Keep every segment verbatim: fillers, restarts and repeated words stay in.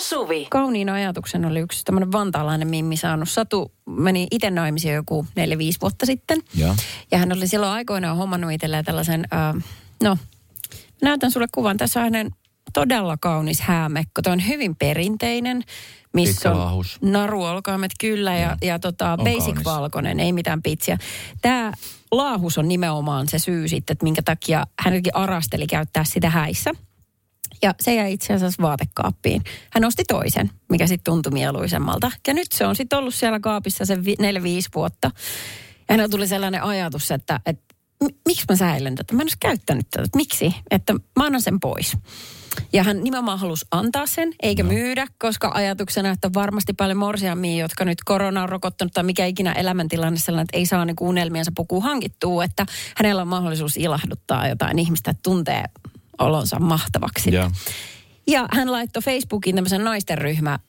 Suvi. Kauniin ajatuksen oli yksi tämmöinen vantaalainen mimmi saanut. Satu meni itse naimisiin joku neljä, viisi vuotta sitten. Ja, ja hän oli silloin aikoinaan hommannut itselleen tällaisen, äh, no, näytän sulle kuvan. Tässä on hänen todella kaunis häämekko. Tämä on hyvin perinteinen, missä on naruolkaimet kyllä ja, ja, ja tota, basic kaunis. Valkoinen, ei mitään pitsiä. Tämä laahus on nimenomaan se syy sitten, että minkä takia hänkin arasteli käyttää sitä häissä. Ja se jäi itse asiassa vaatekaappiin. Hän osti toisen, mikä sitten tuntui mieluisemmalta. Ja nyt se on sitten ollut siellä kaapissa se vi- neljä, viisi vuotta. Ja hänellä tuli sellainen ajatus, että, että m- miksi mä säilön tätä? Mä en olisi käyttänyt tätä. Miksi? Että mä annan sen pois. Ja hän nimenomaan halusi antaa sen, eikä no. myydä, koska ajatuksena, että varmasti paljon morsiamia, jotka nyt korona on rokottanut tai mikä ikinä elämäntilanne sellainen, että ei saa niin unelmiensa pukuun hankittua, että hänellä on mahdollisuus ilahduttaa jotain ihmistä, että tuntee olonsa mahtavaksi. Ja, ja hän laittoi Facebookiin tämmöisen naisten ryhmä,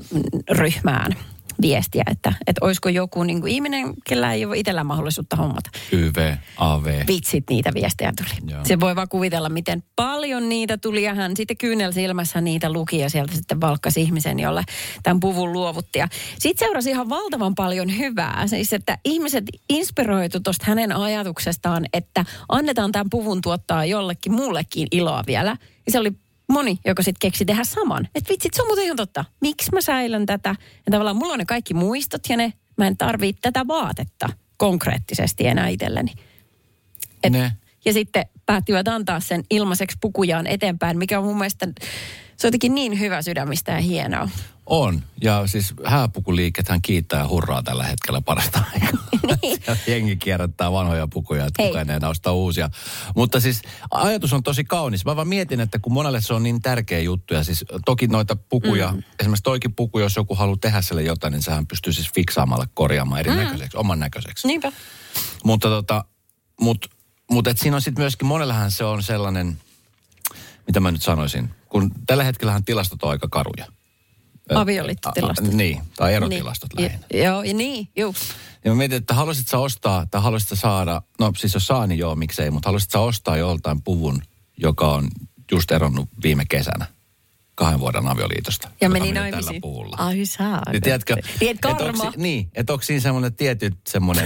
ryhmään viestiä, että, että olisiko joku niin kuin ihminen, kellä ei ole itsellä mahdollisuutta hommata. Y V, A V. Vitsit, niitä viestejä tuli. Joo. Se voi vaan kuvitella, miten paljon niitä tuli ja hän sitten kyynelsilmässä niitä luki ja sieltä sitten valkkasi ihmisen, jolle tämän puvun luovutti. Sitten seurasi ihan valtavan paljon hyvää. Siis, että ihmiset inspiroitu tuosta hänen ajatuksestaan, että annetaan tämän puvun tuottaa jollekin muullekin iloa vielä. Ja se oli moni, joka sitten keksi tehdä saman. Että vitsit, se on muuten ihan totta. Miksi mä säilön tätä? Ja tavallaan mulla on ne kaikki muistot ja ne, mä en tarvii tätä vaatetta konkreettisesti enää itselleni. Et, ja sitten päättivät antaa sen ilmaiseksi pukujaan eteenpäin, mikä on mun mielestä, se on jotenkin niin hyvä sydämistä ja hienoa. On. Ja siis hääpukuliikethän kiittää ja hurraa tällä hetkellä parasta aikaa. Niin. Jengi kierrättää vanhoja pukuja, että kukaan ei enää ostaa uusia. Mutta siis ajatus on tosi kaunis. Mä vaan mietin, että kun monelle se on niin tärkeä juttu. Ja siis toki noita pukuja, mm. esimerkiksi toikin puku, jos joku haluaa tehdä sille jotain, niin sehän pystyy siis fiksaamalla korjaamaan erinäköiseksi, mm. oman näköiseksi. Niinpä. Mutta tota, mut, mut et siinä on sitten myöskin, monellähän se on sellainen, mitä mä nyt sanoisin, kun tällä hetkellähän tilastot on aika karuja. Avioliittotilastot. Niin, tai erotilastot niin. lähinnä. Ja, joo, ja niin, juu. Ja mä mietin, että haluaisit sä ostaa, tai haluaisit sä saada, no siis jos saa, niin joo, miksei, mutta haluaisit sä ostaa joltain puvun, joka on just eronnut viime kesänä kahden vuoden avioliitosta. Ja meni naimisiin. Tällä puvulla. Ai saa. Niin tiedätkö, niin, et karma. Et niin, että onko siinä semmoinen tietty semmoinen.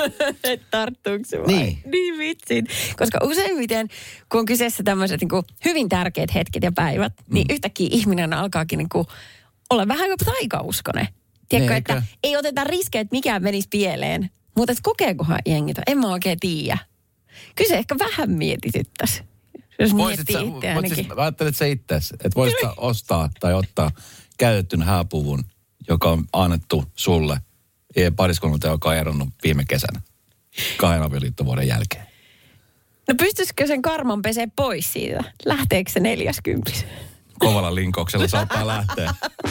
Et tarttuuko se vai? Niin. Niin vitsin. Koska useimmiten, kun on kyseessä tämmöiset niin kuin hyvin tärkeät hetket ja päivät, mm. niin yhtäkkiä ihminen alkaakin niin kuin olla vähän jopa taikauskonen. Tiedätkö, Eikö? Että ei oteta riskejä, että mikään menisi pieleen. Mutta et kokeekohan jengitä? En mä oikein tiedä. Kyllä se ehkä vähän mietityttäisi. Jos voisit miettii sä, itse voisit, siis, ajattelet sä itseäsi, että voisit sä ostaa tai ottaa käytettyn hääpuvun, joka on annettu sulle pariskunnalta, joka on eronnut viime kesänä kahden avioliittovuoden jälkeen. No pystyisikö sen karman pesee pois siitä? Lähteekö se neljäskympis? Kovalla linkauksella saattaa lähteä.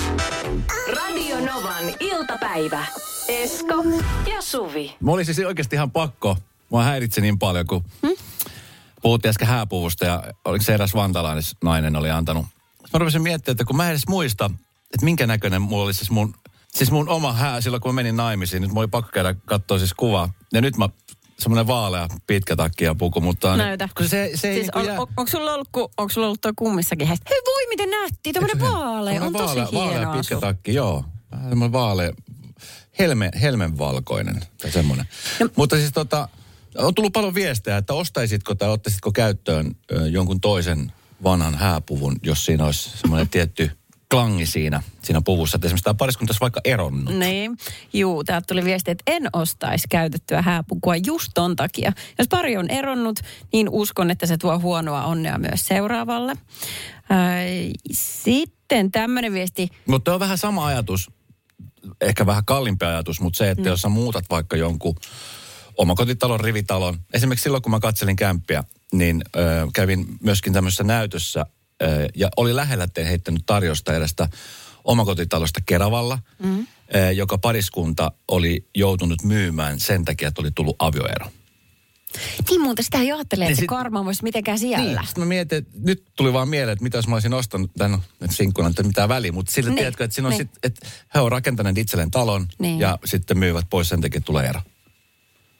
Radio Novan iltapäivä. Esko ja Suvi. Mä oli siis oikeasti ihan pakko. Mua häiritsi niin paljon, kun hmm? puhuttiin äsken hääpuvusta ja oliko se eräs vantalainen nainen oli antanut. Mä rupesin miettimään, että kun mä en edes muista, että minkä näköinen mulla oli siis mun, siis mun oma hää silloin, kun mä menin naimisiin. Nyt mulla oli pakko käydä katsoa siis kuvaa. Ja nyt mä semmoinen vaalea, pitkä takki ja puku, mutta näytä. Kun se, se ei siis niin on, jää. on, onko sulla ollut, onko sulla ollut toi kummissakin heistä? Hei voi, miten nätti, tämmöinen vaalea, on tosi vaalea, hieno vaalea, asu. pitkä takki, joo. Semmoinen vaalea, helme, helmenvalkoinen tai semmoinen. No. Mutta siis tota, on tullut paljon viestejä, että ostaisitko tai ottaisitko käyttöön ö, jonkun toisen vanhan hääpuvun, jos siinä olisi semmoinen tietty klangi siinä, siinä puvussa. Että esimerkiksi tämä pariskunta olisi vaikka eronnut. Niin, juu, täältä tuli viesti, että en ostaisi käytettyä hääpukua just ton takia. Jos pari on eronnut, niin uskon, että se tuo huonoa onnea myös seuraavalle. Ää, sitten tämmöinen viesti. Mutta on vähän sama ajatus, ehkä vähän kallimpi ajatus, mutta se, että mm. jos sä muutat vaikka jonkun omakotitalon, rivitalon. Esimerkiksi silloin, kun mä katselin kämppiä, niin ö, kävin myöskin tämmöisessä näytössä ö, ja oli lähellä tein heittänyt tarjosta edestä omakotitalosta Keravalla, mm. ö, joka pariskunta oli joutunut myymään sen takia, että oli tullut avioero. Niin muuten sitä ei ajattele, että niin se sit, karma voisi mitenkään siellä. Niin, sitten mä mietin, että nyt tuli vaan mieleen, että mitä jos mä olisin ostanut, tai no, sinkkuna ei mitään väliä, mutta sillä niin, tiedätkö, että siinä on niin. sitten, että he on rakentaneet itselleen talon niin. ja sitten myyvät pois sen takia, että tulee ero.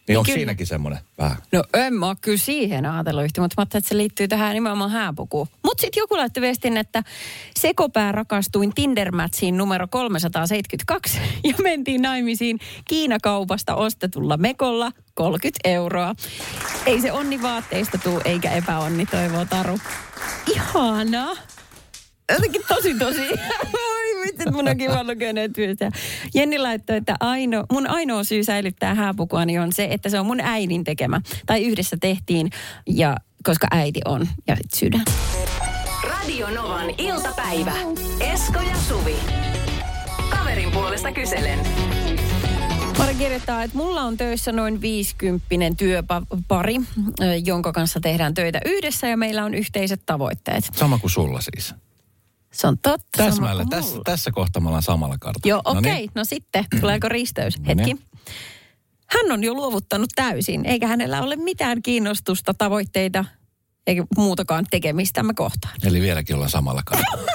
Niin onko siinäkin semmoinen vähän? No en mä ole kyllä siihen ajatellut yhtä, mutta mä ajattelin, että se liittyy tähän nimenomaan hääpukuun. Mutta sitten joku laittoi viestin, että sekopää rakastuin Tinder-mätsiin numero kolmesataaseitsemänkymmentäkaksi ja mentiin naimisiin Kiinakaupasta ostetulla mekolla kolmekymmentä euroa. Ei se onni vaatteista tuu eikä epäonni, toivoo Taru. Ihanaa. Jotenkin tosi tosi. Oi vitsi, mun on kiva lukea ne työtä. Jenni laittoi, että aino, mun ainoa syy säilyttää hääpukuani on se, että se on mun äidin tekemä. Tai yhdessä tehtiin, ja koska äiti on ja sydän. Radio Novan iltapäivä. Esko ja Suvi. Kaverin puolesta kyselen. Mari kirjoittaa, että mulla on töissä noin viisikymppinen työpari, jonka kanssa tehdään töitä yhdessä ja meillä on yhteiset tavoitteet. Sama kuin sulla siis. Se on totta. Täsmälleen. Tässä, tässä kohtaa me ollaan samalla kartalla. Joo, okei. Okay. No, niin. No sitten, tuleeko risteys? Hetki. No niin. Hän on jo luovuttanut täysin, eikä hänellä ole mitään kiinnostusta, tavoitteita, eikä muutakaan tekemistämme kohtaan. Eli vieläkin ollaan samalla kartalla.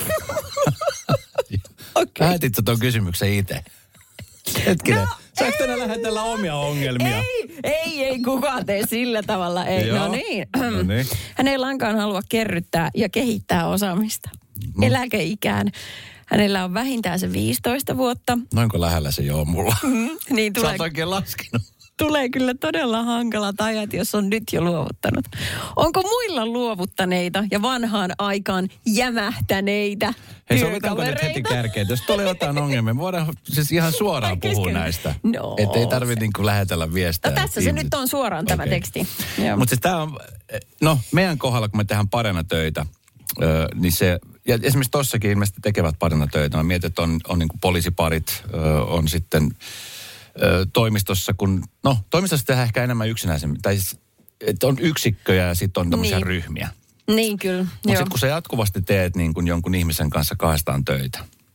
Okay. Päätitkö tuon kysymyksen itse? Hetkinen. No, saanko tänään lähetellä omia ongelmia? Ei, ei, ei kukaan tee sillä tavalla. Ei. No niin. No niin. Hän ei lainkaan halua kerryttää ja kehittää osaamista. Mm. Eläkeikään. Hänellä on vähintään se viisitoista vuotta. Noinko lähellä se jo on mulla? Mm, niin tulee, sä oot oikein laskenut. Tulee kyllä todella hankalat ajat, jos on nyt jo luovuttanut. Onko muilla luovuttaneita ja vanhaan aikaan jämähtäneitä Hei, sovitaanko nyt heti kärkeen? Jos tulee jotain ongelmia, me voidaan siis ihan suoraan puhua kesken näistä. No, että ei tarvitse niin kuin lähetellä viestejä. No tässä se nyt on suoraan tämä okay. teksti. Mutta siis tämä on, no meidän kohdalla, kun me tehdään parina töitä, Öö, niin se, ja esimerkiksi tossakin ilmeisesti tekevät parina töitä. Mä mietin, että on, on niin kuin poliisiparit, öö, on sitten öö, toimistossa, kun, no toimistossa tehdään ehkä enemmän yksinäisemmin. Tai siis, että on yksikköjä ja sitten on tämmöisiä niin. ryhmiä. Niin kyllä, mutta sitten kun sä jatkuvasti teet niin kuin jonkun ihmisen kanssa kahdestaan töitä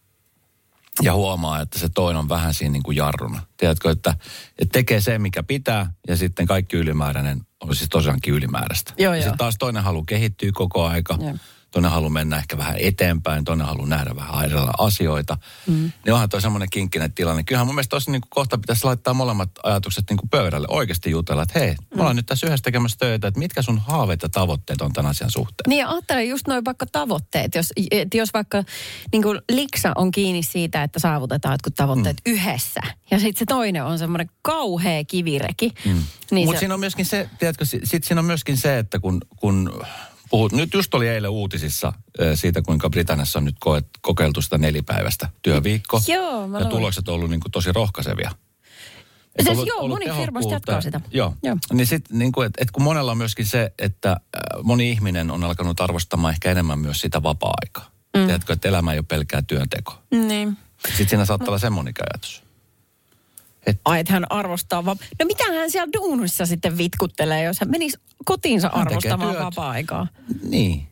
ja huomaa, että se toinen on vähän siinä niin kuin jarruna. Tiedätkö, että, että tekee se, mikä pitää ja sitten kaikki ylimääräinen on siis tosiaankin ylimääräistä. Joo, ja sitten taas toinen haluaa kehittyä koko aika. Joo. Toinen haluaa mennä ehkä vähän eteenpäin, toinen haluaa nähdä vähän aidolla asioita. Mm. Niin onhan toi semmoinen kinkkinen tilanne. Kyllähän mun mielestä tuossa niin kohta pitäisi laittaa molemmat ajatukset niin kuin pöydälle. Oikeasti jutella, että hei, mm. me ollaan nyt tässä yhdessä tekemässä töitä, että mitkä sun haaveet ja tavoitteet on tämän asian suhteen. Niin ja ajattelen just noin vaikka tavoitteet. Jos, jos vaikka niin kuin liksa on kiinni siitä, että saavutetaan jotkut tavoitteet mm. yhdessä. Ja sitten se toinen on semmoinen kauhea kivireki. Mm. Niin mutta se... siinä on myöskin se, tiedätkö, sitten siinä on myöskin se, että kun... kun puhut, nyt just oli eilen uutisissa siitä, kuinka Britanniassa on nyt kokeiltu sitä nelipäiväistä työviikkoa. Joo, mä ja tulokset on ollut niin kuin tosi rohkaisevia. Siis ollut, joo, ollut moni firmasta jatkaa sitä. Joo, joo. Niin sitten, niin että et kun monella on myöskin se, että äh, moni ihminen on alkanut arvostamaan ehkä enemmän myös sitä vapaa-aikaa. Mm. Tiedätkö, että elämä ei ole pelkkää työntekoa. Niin. Sitten siinä saattaa olla semmoinenkin ajatus. Et... Ai, että hän arvostaa va... No mitä hän siellä duunissa sitten vitkuttelee, jos hän menisi kotiinsa hän arvostamaan vapaa-aikaa? Niin.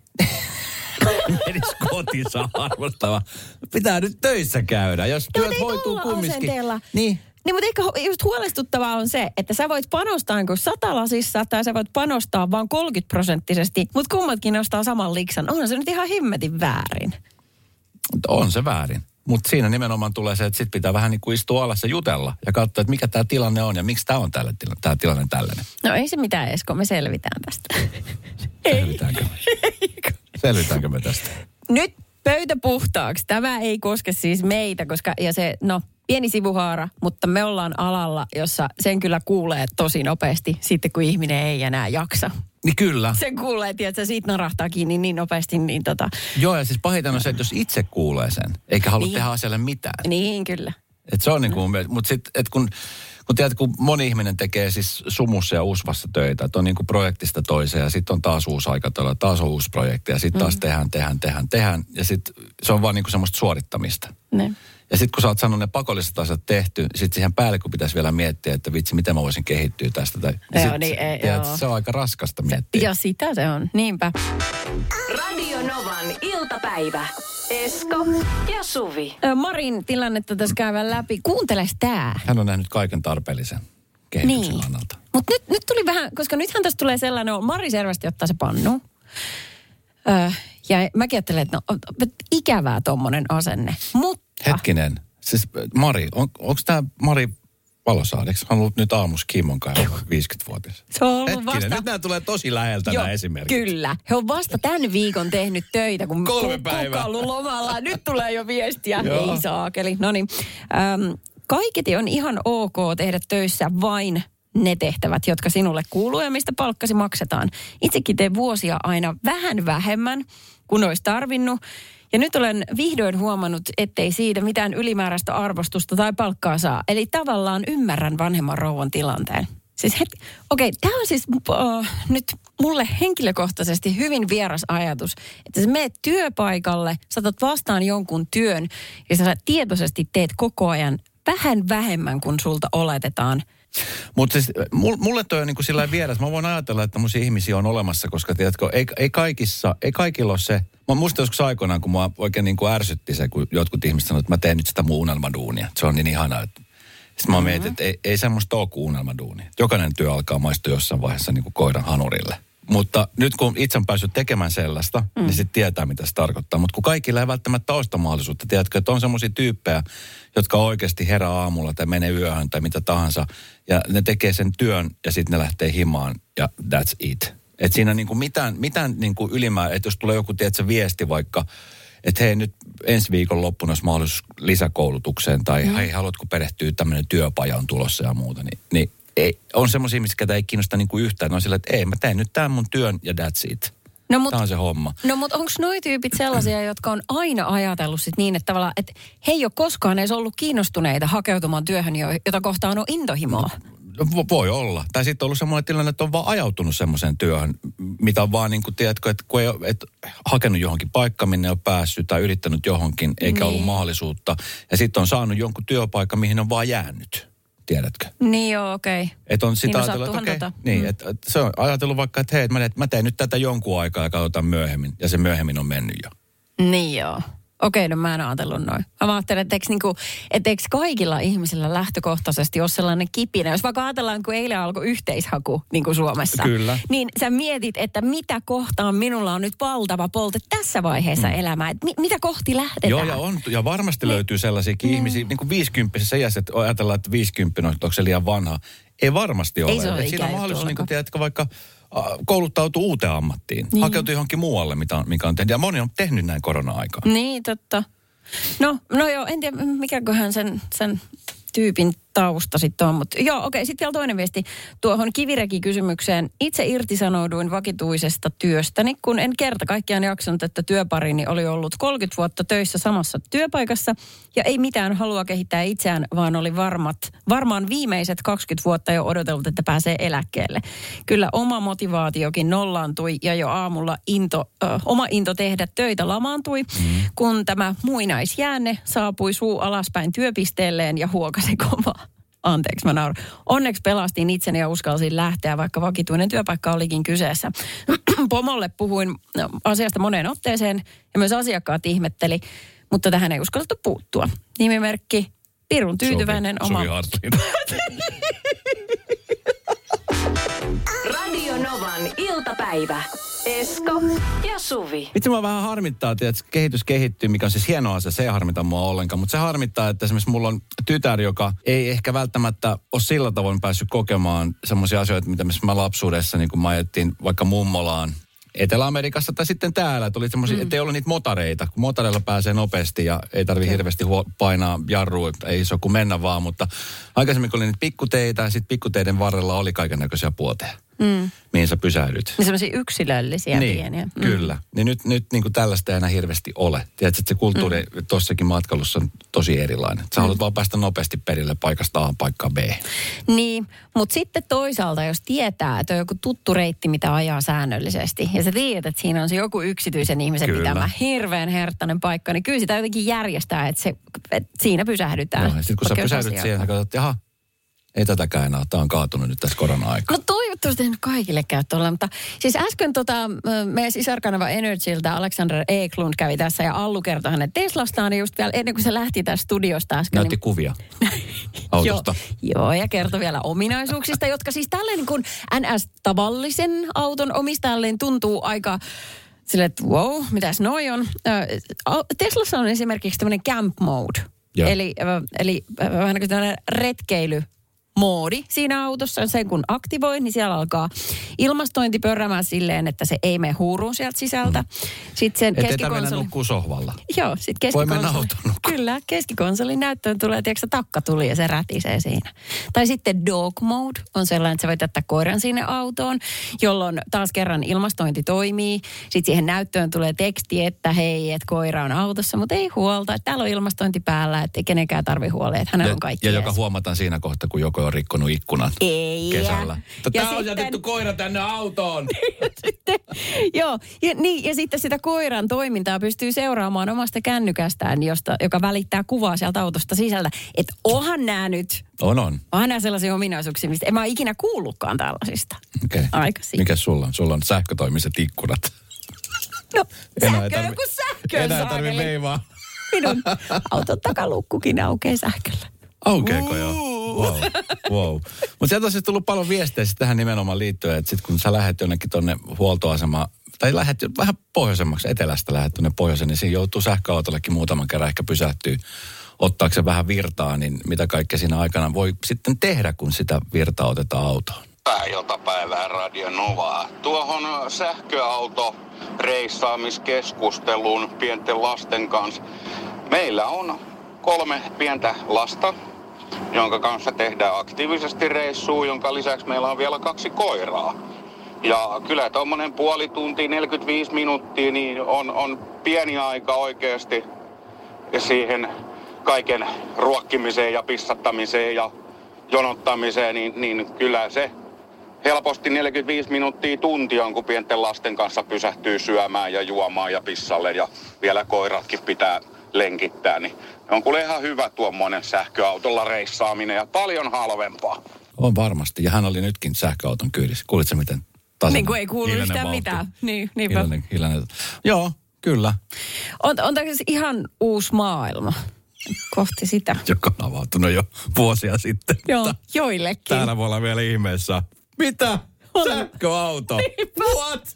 Menisi kotiinsa arvostamaan. Pitää nyt töissä käydä, jos no, työt hoituu kumminkin. Niin. Niin, mutta ehkä just huolestuttavaa on se, että sä voit panostaa niin kuin satalasissa tai sä voit panostaa vain kolmekymmentä prosenttisesti, mutta kummatkin nostaa saman liksan. Onhan se nyt ihan himmetin väärin. On se väärin. Mutta siinä nimenomaan tulee se, että sit pitää vähän niin kuin istua alas ja jutella ja katsoa, että mikä tämä tilanne on ja miksi tämä on tällä tila- tämä tilanne tällainen. No ei se mitään, Esko, me selvitään tästä. Selvitäänkö me? Selvitäänkö me tästä? Nyt pöytä puhtaaksi. Tämä ei koske siis meitä, koska ja se, no pieni sivuhaara, mutta me ollaan alalla, jossa sen kyllä kuulee tosi nopeasti sitten, kun ihminen ei enää jaksa. Niin kyllä. Sen kuulee, että siitä narahtaa kiinni niin nopeasti, niin tota... Joo, ja siis pahinta on se, että jos itse kuulee sen, eikä halua niin. tehdä asialle mitään. Niin, kyllä. Että se on niin kuin, no. mutta sitten, että kun, kun tiedät, kun moni ihminen tekee siis sumussa ja usvassa töitä, että on niin kuin projektista toiseen, ja sitten on taas uusi aikataulu, taas on uusi projekti, ja sitten taas mm. tehdään, tehdään, tehdään, tehdään, ja sitten se on vaan niin kuin semmoista suorittamista. Ne. Ja sitten kun sä oot saanut ne pakolliset asiat tehty, sitten siihen päälle kun pitäisi vielä miettiä, että vitsi, miten mä voisin kehittyä tästä. Tai, joo, sit, niin, ei, tiedät, se on aika raskasta miettiä. Ja sitä se on, niinpä. Radio Novan iltapäivä. Esko ja Suvi. Marin tilannetta tässä käydään läpi. Kuunteles tää. Hän on nähnyt kaiken tarpeellisen kehityksen niin. Annalta. Mutta nyt, nyt tuli vähän, koska nythän tässä tulee sellainen, Mari selvästi ottaa se pannu. Öö, ja mäkin ajattelen, että no, ikävää tommonen asenne. Mutta... Hetkinen. Siis Mari, on, onko tämä Mari Valosaareksi. On ollut nyt aamussa Kimmon kanssa viisikymmentävuotias. Se on ollut Hetkinen, vasta... nyt nämä tulee tosi läheltä nämä esimerkit. Kyllä. He on vasta tämän viikon tehnyt töitä, kun Kolme päivää. kuka on ollut lomalla. Nyt tulee jo viestiä. Ei saakeli. No niin. Ähm, kaiketi on ihan ok tehdä töissä vain ne tehtävät, jotka sinulle kuuluu ja mistä palkkasi maksetaan. Itsekin teen vuosia aina vähän vähemmän kuin olisi tarvinnut. Ja nyt olen vihdoin huomannut, ettei siitä mitään ylimääräistä arvostusta tai palkkaa saa. Eli tavallaan ymmärrän vanhemman rouvan tilanteen. Siis okei, okay, tämä on siis uh, nyt mulle henkilökohtaisesti hyvin vieras ajatus, että sä meet työpaikalle, saatat vastaan jonkun työn ja sä tietoisesti teet koko ajan vähän vähemmän kuin sulta oletetaan. Mutta siis mulle toi on niin kuin sillä vieras. Mä voin ajatella, että tämmöisiä ihmisiä on olemassa, koska tiedätkö, ei, ei kaikissa, ei kaikilla ole se. Mä muistan joskus aikoinaan, kun mua oikein niin kuin ärsytti se, kun jotkut ihmiset sanoivat, että mä teen nyt sitä mun unelmaduunia. Se on niin ihanaa, että sitten mä mietin, että ei, ei semmoista ole kuin unelmaduunia. Jokainen työ alkaa maistua jossain vaiheessa niin kuin koiran hanurille. Mutta nyt kun itse on päässyt tekemään sellaista, mm. niin sitten tietää, mitä se tarkoittaa. Mutta kun kaikilla ei välttämättä ole sitä mahdollisuutta. Tiedätkö, että on semmoisia tyyppejä, jotka oikeasti herää aamulla tai menee yöhön tai mitä tahansa. Ja ne tekee sen työn ja sitten ne lähtee himaan ja that's it. Että siinä niinku mitään, mitään niinku ylimäärä, että jos tulee joku tiedätkö, viesti vaikka, että hei nyt ensi viikon loppuna olisi mahdollisuus lisäkoulutukseen tai mm. hei haluatko perehtyä, tämmöinen työpaja on tulossa ja muuta, niin, niin ei, on semmoisia ihmisiä, ketä ei kiinnosta niinku yhtään. Ne on sillä, että ei, mä teen nyt tämän mun työn ja that's it. No, mut, tämä on se homma. No mutta onko noi tyypit sellaisia, jotka on aina ajatellut sit niin, että tavallaan, että he ei ole koskaan edes ollut kiinnostuneita hakeutumaan työhön, jota kohtaan on intohimoa? No, voi olla. Tai sitten on ollut semmoinen tilanne, että on vaan ajautunut semmoiseen työhön, mitä on vaan niin kuin, tiedätkö, että kun ei ole et, hakenut johonkin paikkaan, minne on päässyt tai yrittänyt johonkin, eikä niin. ollut mahdollisuutta. Ja sitten on saanut jonkun työpaikan, mihin on vaan jäänyt. Tiedätkö? Niin joo, okei. Okay. Että on sitä niin ajatellut, että okei. Okay, niin, mm. että et se on ajatellut vaikka, että hei, mä, mä teen nyt tätä jonkun aikaa ja katsotaan myöhemmin. Ja se myöhemmin on mennyt jo. Niin joo. Okei, no mä en ajatellut noin. Mä ajattelen, että eikö, niinku, et eikö kaikilla ihmisillä lähtökohtaisesti ole sellainen kipinä. Jos vaikka ajatellaan, kun eilen alkoi yhteishaku niin kuin Suomessa. Kyllä. Niin sä mietit, että mitä kohtaan minulla on nyt valtava polte tässä vaiheessa mm. elämää. Että mi, mitä kohti lähdetään. Joo, ja, on, ja varmasti niin. löytyy sellaisiakin mm. ihmisiä, niin kuin viisikymppisessä iässä, että ajatellaan, että viisikymppinen on, onko se liian vanha. Ei varmasti ole. Ei se ole siinä on mahdollisuus, niin kuin tiedätkö, vaikka kouluttautuu uuteen ammattiin. Niin. Hakeutuu johonkin muualle, mitä on, mikä on tehnyt. Ja moni on tehnyt näin korona-aikaan. Niin, totta. No, no joo, en tiedä mikäköhän sen, sen tyypin tausta sitten on. Mutta joo, okei, sitten vielä toinen viesti tuohon kivireki-kysymykseen. Itse irtisanouduin vakituisesta työstäni, kun en kerta kaikkiaan jaksanut, että työparini oli ollut kolmekymmentä vuotta töissä samassa työpaikassa ja ei mitään halua kehittää itseään, vaan oli varmat, varmaan viimeiset kaksikymmentä vuotta jo odotellut, että pääsee eläkkeelle. Kyllä oma motivaatiokin nollaantui ja jo aamulla into, ö, oma into tehdä töitä lamaantui, mm. kun tämä muinaisjäänne saapui suu alaspäin työpisteelleen ja huokasi kovaa. Anteeksi, mä nauran. Onneksi pelastin itseni ja uskalsin lähteä, vaikka vakituinen työpaikka olikin kyseessä. Pomolle puhuin asiasta moneen otteeseen ja myös asiakkaat ihmetteli, mutta tähän ei uskallettu puuttua. Nimimerkki pirun tyytyväinen Sovi, oma... Sovi Radio Novan iltapäivä. Esko ja Suvi. Itse mua vähän harmittaa, että kehitys kehittyy, mikä on siis hieno asia. Se ei harmita mua ollenkaan, mutta se harmittaa, että esimerkiksi mulla on tytär, joka ei ehkä välttämättä ole sillä tavoin päässyt kokemaan semmoisia asioita, mitä mä lapsuudessa, niin kun mä ajettiin vaikka mummolaan Etelä-Amerikassa tai sitten täällä, että oli semmoisia, mm. että ei ollut niitä motareita. Kun motareilla pääsee nopeasti ja ei tarvitse hirveästi huo- painaa jarrua, ei se ole kuin mennä vaan, mutta aikaisemmin kun oli niitä pikkuteitä ja sitten pikkuteiden varrella oli kaikennäköisiä puoteja. Mm. Mihin sä pysähdyt. Niin semmoisia yksilöllisiä niin, pieniä. Mm. Kyllä. Niin nyt, nyt niin kuin tällaista ei enää hirveästi ole. Tiedätkö, että se kulttuuri mm. tossakin matkailussa on tosi erilainen. Sä mm. haluat vaan päästä nopeasti perille paikasta A paikkaan B. Niin, mutta sitten toisaalta, jos tietää, että on joku tuttu reitti, mitä ajaa säännöllisesti, ja sä tiedät, että siinä on se joku yksityisen ihmisen kyllä. pitämä hirveän herttainen paikka, niin kyllä sitä jotenkin järjestää, että, se, että siinä pysähdytään. Joo, ja sitten kun sä pysähdyt siihen, sä katsot, jaha, ei tätäkään enää, tämä on kaatunut nyt tässä korona-aikaan. No toivottavasti nyt kaikille käy tuolla, mutta siis äsken tota, meidän sisarkanava Energyltä Alexander Eklund kävi tässä ja Allu kertoi hänen Teslastaan, niin just vielä ennen kuin se lähti tästä studiosta äsken. Näytti niin... kuvia autosta. joo, joo, ja kertoi vielä ominaisuuksista, jotka siis tälleen niin kuin N S-tavallisen auton omistajalle tuntuu aika silleen, että wow, mitäs noi on. Teslassa on esimerkiksi tämmöinen camp mode, joo. eli, eli vähän niin kuin tämmöinen retkeily moodi siinä autossa. Sen kun aktivoi, niin siellä alkaa ilmastointi pörrämään silleen, että se ei mene huuruun sieltä sisältä. Mm. Sitten sen keskikonsoli... Ettei mennä nukkuu sohvalla. Joo, sitten keskikonsoli... Voi mennä autoon nukkuu. Kyllä, keskikonsolin näyttöön tulee, tiedätkö, takka tuli ja se rätisee siinä. Tai sitten dog mode on sellainen, että sä voit jättää koiran sinne autoon, jolloin taas kerran ilmastointi toimii. Sitten siihen näyttöön tulee teksti, että hei, että koira on autossa, mutta ei huolta, että täällä on ilmastointi päällä, että ei kenenkään tarvitse huolea, että hänellä on kaikki. Ja joka huomataan siinä kohtaa, kun joku on rikkonut ikkunan ei, kesällä. Tämä on sitten, jätetty koira tänne autoon. ja sitten, joo, ja, niin, ja sitten sitä koiran toimintaa pystyy seuraamaan omasta kännykästään, josta, joka välittää kuvaa sieltä autosta sisältä. Että onhan nämä nyt, on, on. onhan nämä sellaisia ominaisuuksia, mistä en mä ole ikinä kuullutkaan tällaisista. Okei. Okay. Mikäs sulla on? Sulla on sähkötoimiset ikkunat. No, sähkö, tarvi, joku sähkö. Enää tarvitse veivaa. Minun auton takalukkukin aukeaa sähköllä. Aukeeko jo? Wow. wow. Mutta sieltä on siis tullut paljon viestejä tähän nimenomaan liittyen, että sitten kun sä lähdet jonnekin tonne huoltoasemaan, tai lähdet vähän pohjoisemmaksi, etelästä lähdet tuonne pohjoiseen, niin siinä joutuu sähköautollekin muutaman kerran ehkä pysähtyy ottaakseen vähän virtaa, niin mitä kaikkea siinä aikana voi sitten tehdä, kun sitä virtaa otetaan autoon? Hyvää iltapäivää Radio Novaa. Tuohon sähköauto reissaamiskeskusteluun pienten lasten kanssa. Meillä on kolme pientä lasta, jonka kanssa tehdään aktiivisesti reissua, jonka lisäksi meillä on vielä kaksi koiraa. Ja kyllä tuommoinen puoli tuntia, neljäkymmentäviisi minuuttia, niin on, on pieni aika oikeasti siihen kaiken ruokkimiseen ja pissattamiseen ja jonottamiseen, niin, niin kyllä se helposti neljäkymmentäviisi minuuttia tunti on, kun pienten lasten kanssa pysähtyy syömään ja juomaan ja pissalle ja vielä koiratkin pitää lenkittää, niin on kuule ihan hyvä tuommoinen sähköautolla reissaaminen ja paljon halvempaa. On varmasti, ja hän oli nytkin sähköauton kyydissä. Kuulitko miten tasainen? Niin kuin ei kuulu yhtään mitään. Niin, niinpä. Hilainen, hilainen. Joo, kyllä. On, on tämä ihan uusi maailma kohti sitä. Joka on avautunut jo vuosia sitten. Joo, joillekin. Täällä voi olla vielä ihmeessä. Mitä? On. Sähköauto? What?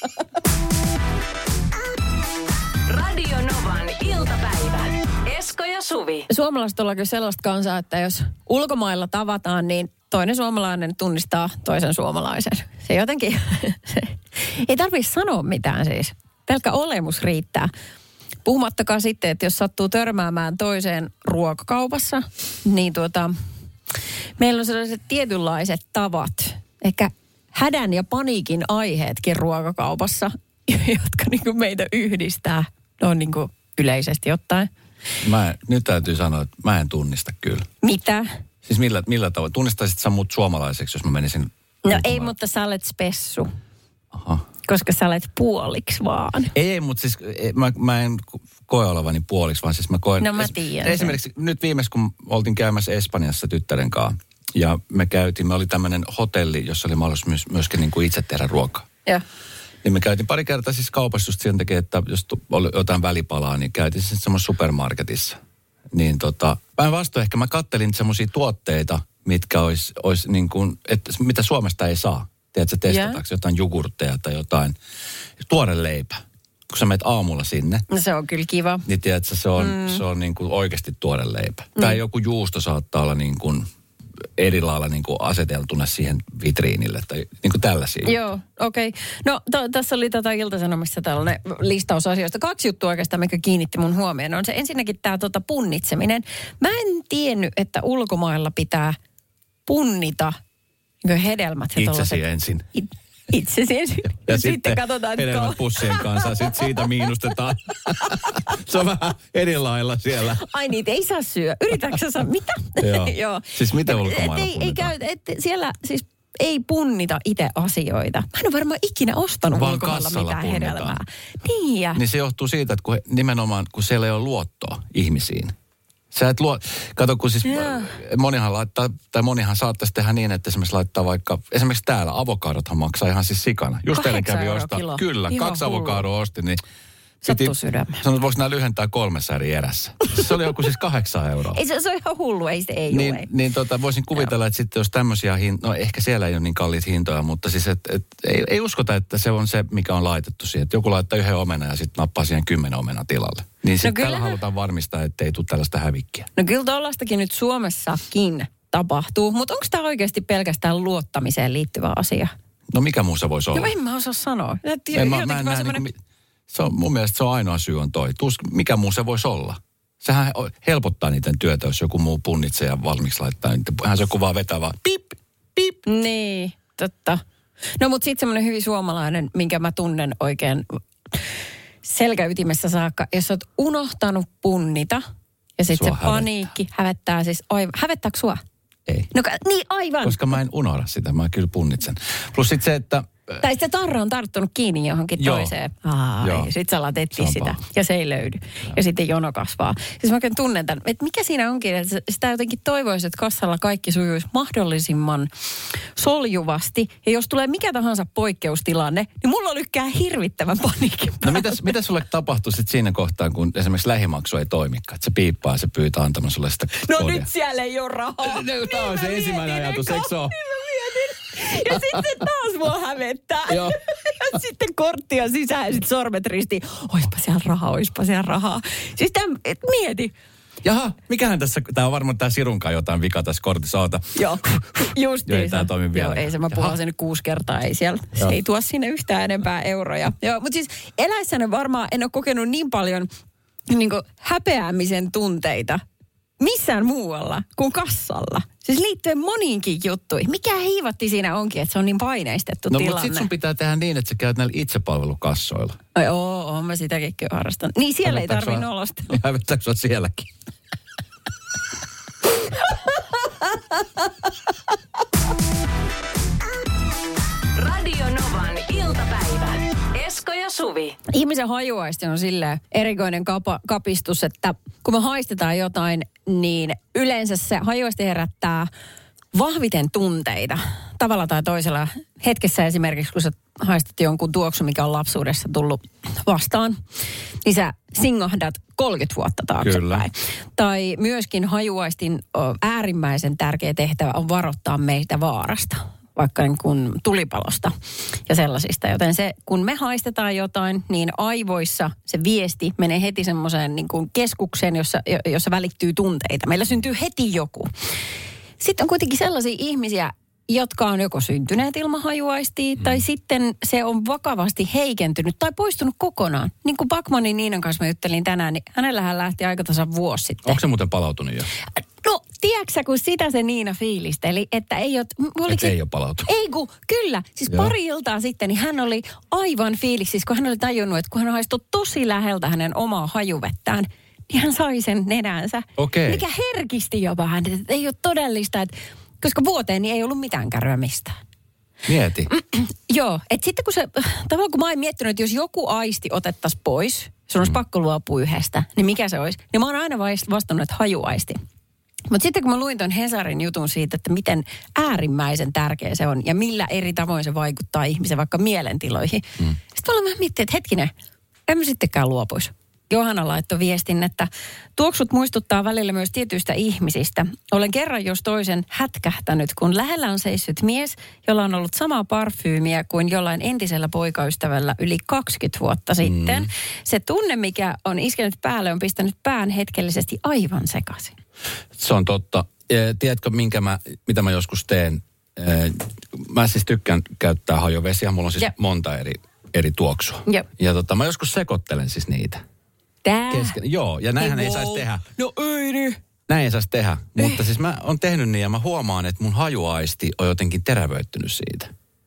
Radio Novan iltapäivä. Esko ja Suvi. Suomalaiset ollaan kyllä sellaista kansaa, että jos ulkomailla tavataan, niin toinen suomalainen tunnistaa toisen suomalaisen. Se jotenkin, se, ei tarvitse sanoa mitään siis. Pelkkä olemus riittää. Puhumattakaan sitten, että jos sattuu törmäämään toiseen ruokakaupassa, niin tuota, meillä on sellaiset tietynlaiset tavat, ehkä hädän ja paniikin aiheetkin ruokakaupassa, jotka niin kuin meitä yhdistää, no niin kuin yleisesti ottaen. Mä en, nyt täytyy sanoa, että mä en tunnista kyllä. Mitä? Siis millä, millä tavalla? Tunnistaisit sä mut suomalaiseksi, jos mä menisin No ulkomaan? Ei, mutta sä olet spessu. Aha. Koska sä olet puoliksi vaan. Ei, mutta siis mä, mä en koe olevani puoliksi, vaan siis mä koen... No mä tiedän. Es, esimerkiksi nyt viimeis, kun oltiin käymässä Espanjassa tyttären kanssa, ja me käytiin, me oli tämmöinen hotelli, jossa oli mahdollisuus myös, myöskin niin kuin itse tehdä ruokaa. Joo. Niin me käytiin pari kertaa siis kaupassa just sen takia, että jos oli jotain välipalaa, niin käytiin sitten semmoisessa supermarketissa. Niin tota, päinvastoin ehkä mä kattelin semmoisia tuotteita, mitkä olisi, olisi niin kuin, että mitä Suomesta ei saa. Tiedätkö, testataanko yeah. jotain jogurtteja tai jotain. Tuore leipä. Kun sä menet aamulla sinne. No se on kyllä kiva. Niin tiedätkö, se on, mm. se on niin kuin oikeasti tuore leipä. Mm. Tai joku juusto saattaa olla niin kuin eri lailla niin kuin aseteltuna siihen vitriinille tai niin kuin tällaisia. Joo, okei. Okay. No to, tässä oli tota Ilta-Sanomissa tällainen listaus asioista. Kaksi juttua oikeastaan, mikä kiinnitti mun huomioon. On se ensinnäkin tämä tota punnitseminen. Mä en tiennyt, että ulkomailla pitää punnita niin hedelmät. Itsesi ensin. It, itsesi ensin. Ja, ja sitten, sitten katsotaan, että hedelmät pussien kanssa. Sitten siitä miinustetaan. Se on vähän eri lailla siellä. Ai niitä ei saa syö. Yritätkö sä saa? Mitä? Joo. Joo. Siis mitä ulkomailla ei, ei käy, et siellä siis ei punnita itse asioita. Mä en ole varmaan ikinä ostanut vaan ulkomailla mitään punnitaan. hedelmää. Niin ja. Niin se johtuu siitä, että kun he, nimenomaan kun siellä ei ole luottoa ihmisiin. Sä et luo, kato kun siis yeah. monihan laittaa, tai monihan saattaisi tehdä niin, että esimerkiksi laittaa vaikka, esimerkiksi täällä avokadothan maksaa ihan siis sikana. Just teille kävi ostaa, kilo. Kyllä, ihan kaksi hullu. Avokadoa ostin, niin sattuu sydämään. Sanoin, että voiko nämä lyhentää kolmessa eri erässä. Se oli joku siis kahdeksan euroa. Ei, se, se on ihan hullu, ei se ei niin, ole. Niin tota, voisin kuvitella, että sitten jos tämmöisiä hintoja, no ehkä siellä ei ole niin kalliita hintoja, mutta siis et, et, ei, ei uskota, että se on se, mikä on laitettu siihen. Että joku laittaa yhden omenan ja sitten nappaa siihen kymmenen omenan tilalle. Niin sitten no tällä halutaan varmistaa, että ei tule tällaista hävikkiä. No kyllä tuollaistakin nyt Suomessakin tapahtuu, mutta onko tämä oikeasti pelkästään luottamiseen liittyvä asia? No mikä muu se voisi olla? No en mä osaa sanoa. En, mä, mä en näe, semmoinen... niin kuin, se on, mun mielestä se on ainoa syy on toi. Tus, mikä muu se voisi olla? Sehän helpottaa niiden työtä, jos joku muu punnitsee ja valmiiksi laittaa. Hän se joku vaan vetää vaan pip, pip. Niin, totta. No mutta sitten semmoinen hyvin suomalainen, minkä mä tunnen oikein selkäytimessä saakka. Jos oot unohtanut punnita ja sitten se paniikki hävettää. hävettää siis aivan. Hävettääkö sua? Ei. No niin aivan. Koska mä en unohda sitä, mä kyllä punnitsen. Plus sitten se, että... Tai se tarra on tarttunut kiinni johonkin Joo. toiseen. Ai, Joo. sit sä alat etsiä Se sitä. paha. Ja se ei löydy. Ja, ja sitten jono kasvaa. Siis mä oikein tunnen tämän, että mikä siinä onkin, että sitä jotenkin toivoisi, että kassalla kaikki sujuisi mahdollisimman soljuvasti. Ja jos tulee mikä tahansa poikkeustilanne, niin mulla lykkää hirvittävän paniikin. No mitäs, mitä sulle tapahtuu sitten siinä kohtaa, kun esimerkiksi lähimaksu ei toimikaan? Että se piippaa ja se pyytää antamaan sulle sitä No koodia. nyt siellä ei ole rahaa. No, tämä on Niin se mä ensimmäinen mietin, ajatus, eikö? eikö se ole? Niin mä mietin. Ja sitten se taas mua hävettää. Joo. Ja sitten korttia sisään ja sitten sormet ristiin. Oispa siellä rahaa, oispa siellä rahaa. Siis tämän, et mieti. Jaha, mikähän tässä, tämä on varmaan tämä Sirunkaan jotain vika tässä kortissa, oota. Joo, just Joo, ei tää toimi vielä. Joo, ei se, mä puhun sen nyt kuusi kertaa, ei siellä. Se Joo. ei tuo sinne yhtään enempää euroja. Joo, mutta siis eläessäni varmaan en ole kokenut niin paljon niin kuin häpeäämisen tunteita missään muualla kuin kassalla. Siis liittyen moniinkin juttuihin. Mikä hiivatti siinä onkin, että se on niin paineistettu No tilanne? mutta sit sun pitää tehdä niin, että sä käyt näillä itsepalvelukassoilla. Ai oo, oon mä sitäkin kyllä harrastanut. Niin siellä ei tarvii nolostella. Hävettääkö sua sielläkin? Radio Novan iltapäivä. Esko ja Suvi. Ihmisen hajuaisti on silleen erikoinen kapa, kapistus, että kun me haistetaan jotain, niin yleensä se hajuaisti herättää vahviten tunteita. Tavalla tai toisella hetkessä esimerkiksi, kun sä haistat jonkun tuoksu, mikä on lapsuudessa tullut vastaan, niin sä singahdat kolmekymmentä vuotta taaksepäin. Kyllä. Tai myöskin hajuaistin o, äärimmäisen tärkeä tehtävä on varoittaa meitä vaarasta. Vaikka niin kuin tulipalosta ja sellaisista. Joten se, kun me haistetaan jotain, niin aivoissa se viesti menee heti semmoiseen niin kuin keskukseen, jossa, jossa välittyy tunteita. Meillä syntyy heti joku. Sitten on kuitenkin sellaisia ihmisiä, jotka on joko syntyneet ilman hajuaistia, mm. tai sitten se on vakavasti heikentynyt tai poistunut kokonaan. Niin kuin Backmanin Niinan kanssa mä juttelin tänään, niin hänellähän lähti aika tasan vuosi sitten. Onko se muuten palautunut jo? No, tiedätkö kun sitä se Niina fiilisteli, että ei ole... Että ei ole palautunut. Ei kun, kyllä. Siis Joo. pari iltaa sitten, niin hän oli aivan fiiliksissä, kun hän oli tajunnut, että kun hän haistoi tosi läheltä hänen omaa hajuvettään, niin hän sai sen nenänsä. Okei. Mikä herkisti jopa hän, että ei ole todellista, että... Koska vuoteen niin ei ollut mitään kärryä mistään. Mieti. Mm, joo, että sitten kun se, tavallaan kun mä oon miettinyt, että jos joku aisti otettaisiin pois, sun olisi mm. pakko luopua yhdestä, niin mikä se olisi? Niin mä oon aina vastannut, että hajuaisti. Mutta sitten kun mä luin ton Hesarin jutun siitä, että miten äärimmäisen tärkeä se on ja millä eri tavoin se vaikuttaa ihmisen vaikka mielentiloihin. Mm. Sitten mä olen miettinyt, että hetkinen, en mä sittenkään luopuisi. Johanna laittoi viestin, että tuoksut muistuttaa välillä myös tietyistä ihmisistä. Olen kerran jos toisen hätkähtänyt, kun lähellä on seissyt mies, jolla on ollut samaa parfyymiä kuin jollain entisellä poikaystävällä yli kaksikymmentä vuotta sitten. Mm. Se tunne, mikä on iskenyt päälle, on pistänyt pään hetkellisesti aivan sekaisin. Se on totta. Tiedätkö, minkä mä, mitä mä joskus teen? Mä siis tykkään käyttää hajuvesiä. Mulla on siis Jep. monta eri, eri tuoksua. Jep. Ja tota, mä joskus sekoittelen siis niitä. Tää? Kesken. Joo, ja näinhän ei, ei saisi tehdä. No ei nyt. Näin ei saisi tehdä. Eh. Mutta siis mä oon tehnyt niin ja mä huomaan, että mun hajuaisti on jotenkin terävöittynyt siitä.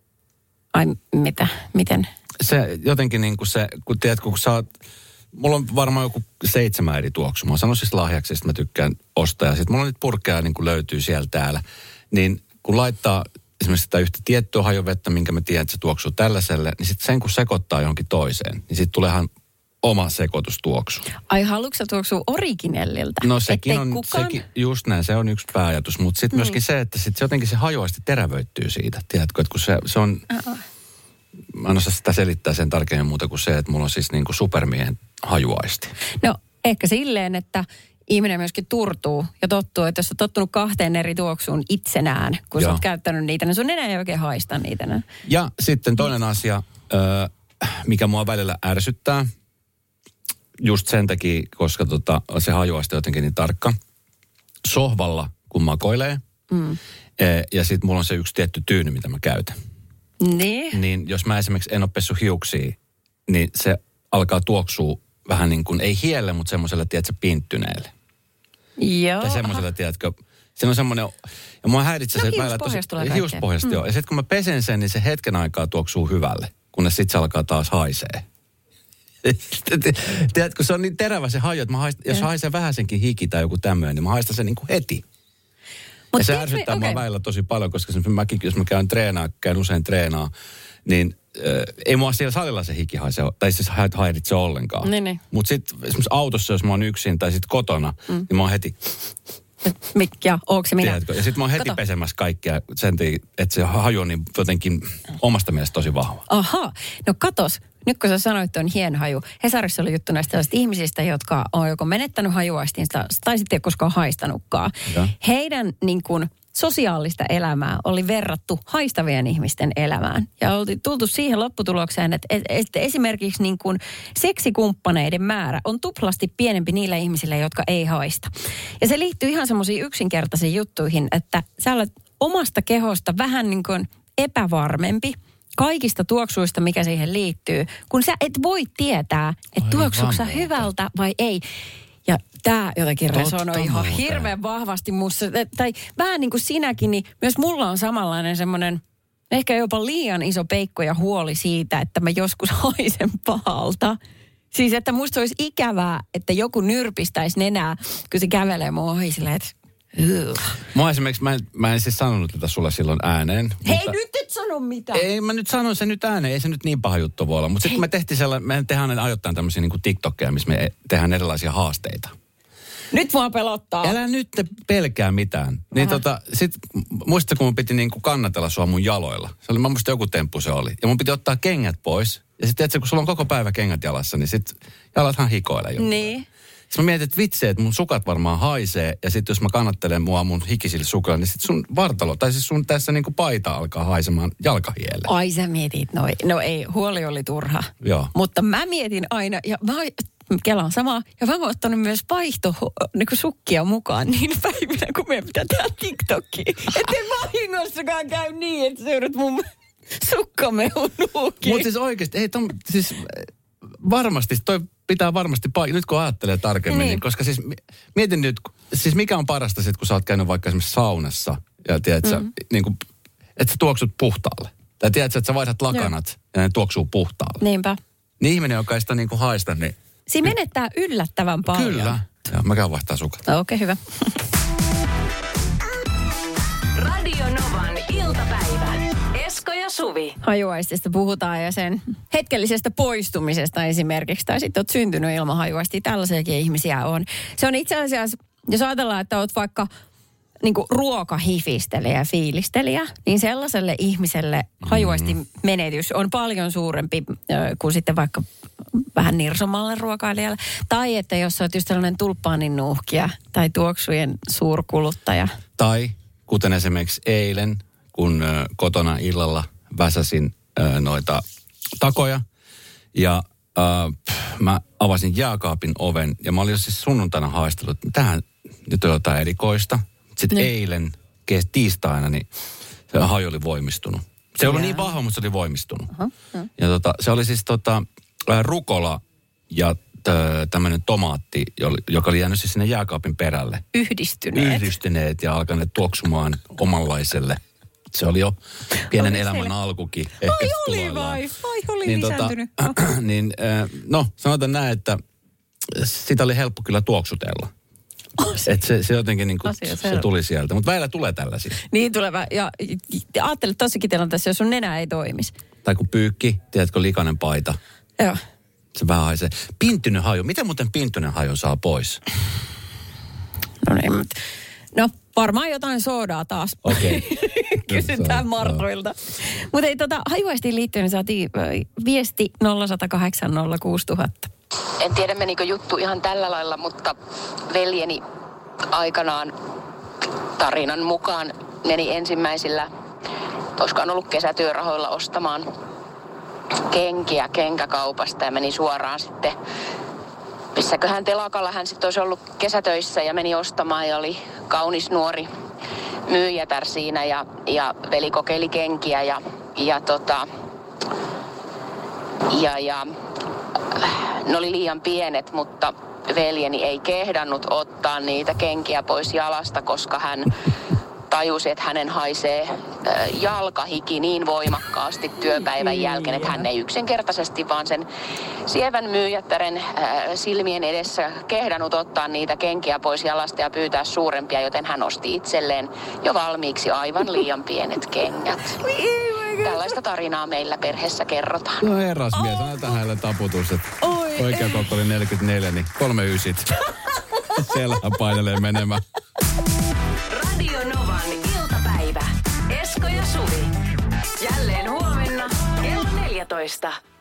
Ai mitä? Miten? Se jotenkin niin kuin se, kun tiedätkö, kun sä oot, mulla on varmaan joku seitsemän eri tuoksua. Mä sanon siis lahjaksi, että mä tykkään ostaa. Ja sit mulla on nyt purkkeja niin kuin löytyy siellä täällä. Niin kun laittaa esimerkiksi sitä yhtä tiettyä hajuvettä, minkä mä tiedän, että se tuoksuu tällaiselle, niin sitten sen kun sekoittaa johonkin toiseen, niin sitten tuleehan oma sekoitustuoksu. Ai haluatko sä tuoksua originellilta? No sekin Ettei on, kukaan... sekin, just näin, se on yksi pääajatus. Mutta sitten mm. myöskin se, että sit se jotenkin se hajuaisti terävöittyy siitä. Tiedätkö, että kun se, se on... Uh-uh. Mä en osaa sitä selittää sen tarkemmin muuta kuin se, että mulla on siis niin kuin supermiehen hajuaisti. No ehkä silleen, että ihminen myöskin turtuu ja tottuu, että jos olet tottunut kahteen eri tuoksuun itsenään, kun Joo. sä oot käyttänyt niitä, niin sun enää ei oikein haista niitä. Ja sitten toinen asia, mikä mua välillä ärsyttää, just sen takia, koska tota, se hajuaisti on jotenkin niin tarkka. Sohvalla, kun makoilee, Mm. Ja sitten mulla on se yksi tietty tyyny, mitä mä käytän. Niin? Niin jos mä esimerkiksi en ole pessu hiuksia, niin se alkaa tuoksua vähän niin kuin, ei hielle, mutta semmoiselle, tiedätkö, pinttyneelle. Joo. Tai semmoiselle, tiedätkö, se on semmoinen, ja mua häiritsee no, se hiuspohjasta tulee kaikkea. Hiuspohjasta, mm. joo. Ja sitten kun mä pesen sen, niin se hetken aikaa tuoksuu hyvälle, kunnes sitten se alkaa taas haisee. Tiedätkö, se on niin terävä se haju, että mä haist, jos haisee vähäsenkin hiki tai joku tämmöinen, niin mä haistan sen niin kuin heti. Mut ja se ärsyttää okay. mua välillä tosi paljon, koska mäkin, jos mä käyn treenaa, käyn usein treenaa, niin äh, ei mua siellä salilla se hiki haise, tai siis häiritse ollenkaan. Niin, niin. Mutta sitten esimerkiksi autossa, jos mä oon yksin tai sitten kotona, mm. niin mä oon heti... Mikkiä, ootko se minä? Tiedätkö? Ja sitten mä oon heti Kato. pesemässä kaikkea, sen tii, että se haju on niin jotenkin omasta mielestä tosi vahva. Aha, no katos. Nyt kun sä sanoit, että on hieno haju. Hesarissa oli juttu näistä sellaisista ihmisistä, jotka on joko menettänyt hajuaistinsa tai sitten ei koskaan haistanutkaan. Ja. Heidän niin kuin sosiaalista elämää oli verrattu haistavien ihmisten elämään. Ja oltiin tultu siihen lopputulokseen, että, että esimerkiksi niin kuin seksikumppaneiden määrä on tuplasti pienempi niillä ihmisillä, jotka ei haista. Ja se liittyy ihan semmoisiin yksinkertaisiin juttuihin, että sä olet omasta kehosta vähän niin kuin epävarmempi kaikista tuoksuista, mikä siihen liittyy, kun sä et voi tietää, että tuoksuuko sä hyvältä vai ei. Ja tää jotenkin resonoi ihan hirveän vahvasti musta. Tai vähän niin kuin sinäkin, niin myös mulla on samanlainen semmoinen, ehkä jopa liian iso peikko ja huoli siitä, että mä joskus haisen pahalta. Siis että musta olisi ikävää, että joku nyrpistäisi nenää, kun se kävelee mua ohi silleen, että Ugh. Mä esimerkiksi, mä en, mä en siis sanonut tätä sulle silloin ääneen. Hei, mutta nyt et sano mitään. Ei, mä nyt sanon sen nyt ääneen, ei se nyt niin paha juttu voi olla. Mutta sitten kun me tehtiin sellainen, me tehdään ajoittain tämmöisiä niin kuin TikTokkeja, missä me tehdään erilaisia haasteita. Nyt mua pelottaa. Älä nyt pelkää mitään. Niin tota, sit muistatko, kun mun piti niin kuin kannatella sua mun jaloilla. Se oli, mä muistan joku temppu se oli. Ja mun piti ottaa kengät pois. Ja sitten tiedätkö, kun sulla on koko päivä kengät jalassa, niin sit jalathan hikoilee joku. Niin. Sitten mä mietin, että vitsi, että mun sukat varmaan haisee. Ja sitten jos mä kannattelen mua mun hikisillä sukilla, niin sitten sun vartalo, tai siis sun tässä niinku paita alkaa haisemaan jalkahielle. Ai sä mietit, no, no ei, huoli oli turha. Joo. Mutta mä mietin aina, ja mä kelaan samaa, ja mä oon ottanut myös vaihto niin sukkia mukaan niin päivinä, kun meidän pitää tehdä TikTokia. Ettei vahingossakaan käy niin, että seudut mun sukkamehun nuukiin. Mutta siis oikeasti, ei tom, siis varmasti, toi pitää varmasti paikkaa, nyt kun ajattelee tarkemmin, niin. Niin, koska siis mietin nyt, siis mikä on parasta sit, kun sä oot käynyt vaikka esimerkiksi saunassa, ja tiedät sä, mm-hmm. niin kuin, että sä tuoksut puhtaalle. Tai tiedät sä, että sä vaihdat lakanat, Joo. ja ne tuoksuu puhtaalle. Niinpä. Niin ihminen, joka ei sitä niin kuin haista, niin... Siinä menettää yllättävän paljon. Kyllä. Joo, mä käyn vaihtaa sukat. Okei, okay, hyvä. Radio Novan iltapäivä. Esko ja Suvi. Hajuaistista puhutaan ja sen hetkellisestä poistumisesta esimerkiksi. Tai sitten oot syntynyt ilman hajuaistia. Tällaisiakin ihmisiä on. Se on itse asiassa, jos ajatellaan, että oot vaikka niinku ruokahifistelijä ja fiilistelijä, niin sellaiselle ihmiselle hajuaistin menetys on paljon suurempi kuin sitten vaikka vähän nirsomalle ruokailijalle. Tai että jos oot just sellainen tulppaanin nuuhkija tai tuoksujen suurkuluttaja. Tai kuten esimerkiksi eilen, kun ö, kotona illalla väsäsin ö, noita takoja ja ö, mä avasin jääkaapin oven ja mä olin jo siis sunnuntaina haistellut, että tähän nyt on jotain erikoista. Sitten niin. eilen, tiistaina, niin se haju oli voimistunut. Se ei ollut niin vahva, mutta se oli voimistunut. Uh-huh, uh-huh. Ja tota, se oli siis tota, rukola ja tämmöinen tomaatti, joka oli jäänyt siis sinne jääkaapin perälle. Yhdistyneet. Yhdistyneet ja alkaneet tuoksumaan omanlaiselle. Se oli jo pienen oli elämän siellä alkukin. Ehkä ai oli vai? Vai oli niin lisääntynyt? Tota, niin, no, sanotaan näin, että sitä oli helppo kyllä tuoksutella. Että se, se jotenkin niin kuin, se tuli sieltä. Mutta välillä tulee tällaisia. Niin tuleva. Ja ajattele tossakin tilanteessa, jos sun nenä ei toimisi. Tai kun pyykki, tiedätkö, likainen paita. Joo. Se vähän haisee. Pinttynyt haju. Miten muuten pinttyinen haju saa pois? No niin, mutta... No, varmaan jotain soodaa taas. Okei. Okay. Kysytään Martoilta. Mutta ei tota, hajuaistiin liittyen saatiin viesti nolla yksi nolla kahdeksan nolla kuusi nolla nolla nolla. En tiedä menikö juttu ihan tällä lailla, mutta veljeni aikanaan tarinan mukaan meni ensimmäisillä, olisikohan ollut kesätyörahoilla ostamaan kenkiä kenkäkaupasta ja meni suoraan sitten, missäköhän telakalla hän sitten olisi ollut kesätöissä ja meni ostamaan ja oli kaunis nuori myyjätär siinä ja, ja veli kokeili kenkiä ja, ja, tota, ja, ja ne oli liian pienet, mutta veljeni ei kehdannut ottaa niitä kenkiä pois jalasta, koska hän tajusi, että hänen haisee jalkahiki niin voimakkaasti työpäivän jälkeen, että hän ei yksinkertaisesti vaan sen sievän myyjättären silmien edessä kehdannut ottaa niitä kenkiä pois jalasta ja pyytää suurempia, joten hän osti itselleen jo valmiiksi aivan liian pienet kengät. Tällaista tarinaa meillä perheessä kerrotaan. No herrasmies, oh. Annetaan hänelle taputus, että oikea koko oli neljäkymmentäneljä, niin kolme ysit. Siellähän painelee menemään. Radio Novan iltapäivä. Esko ja Suvi. Jälleen huomenna kello neljätoista.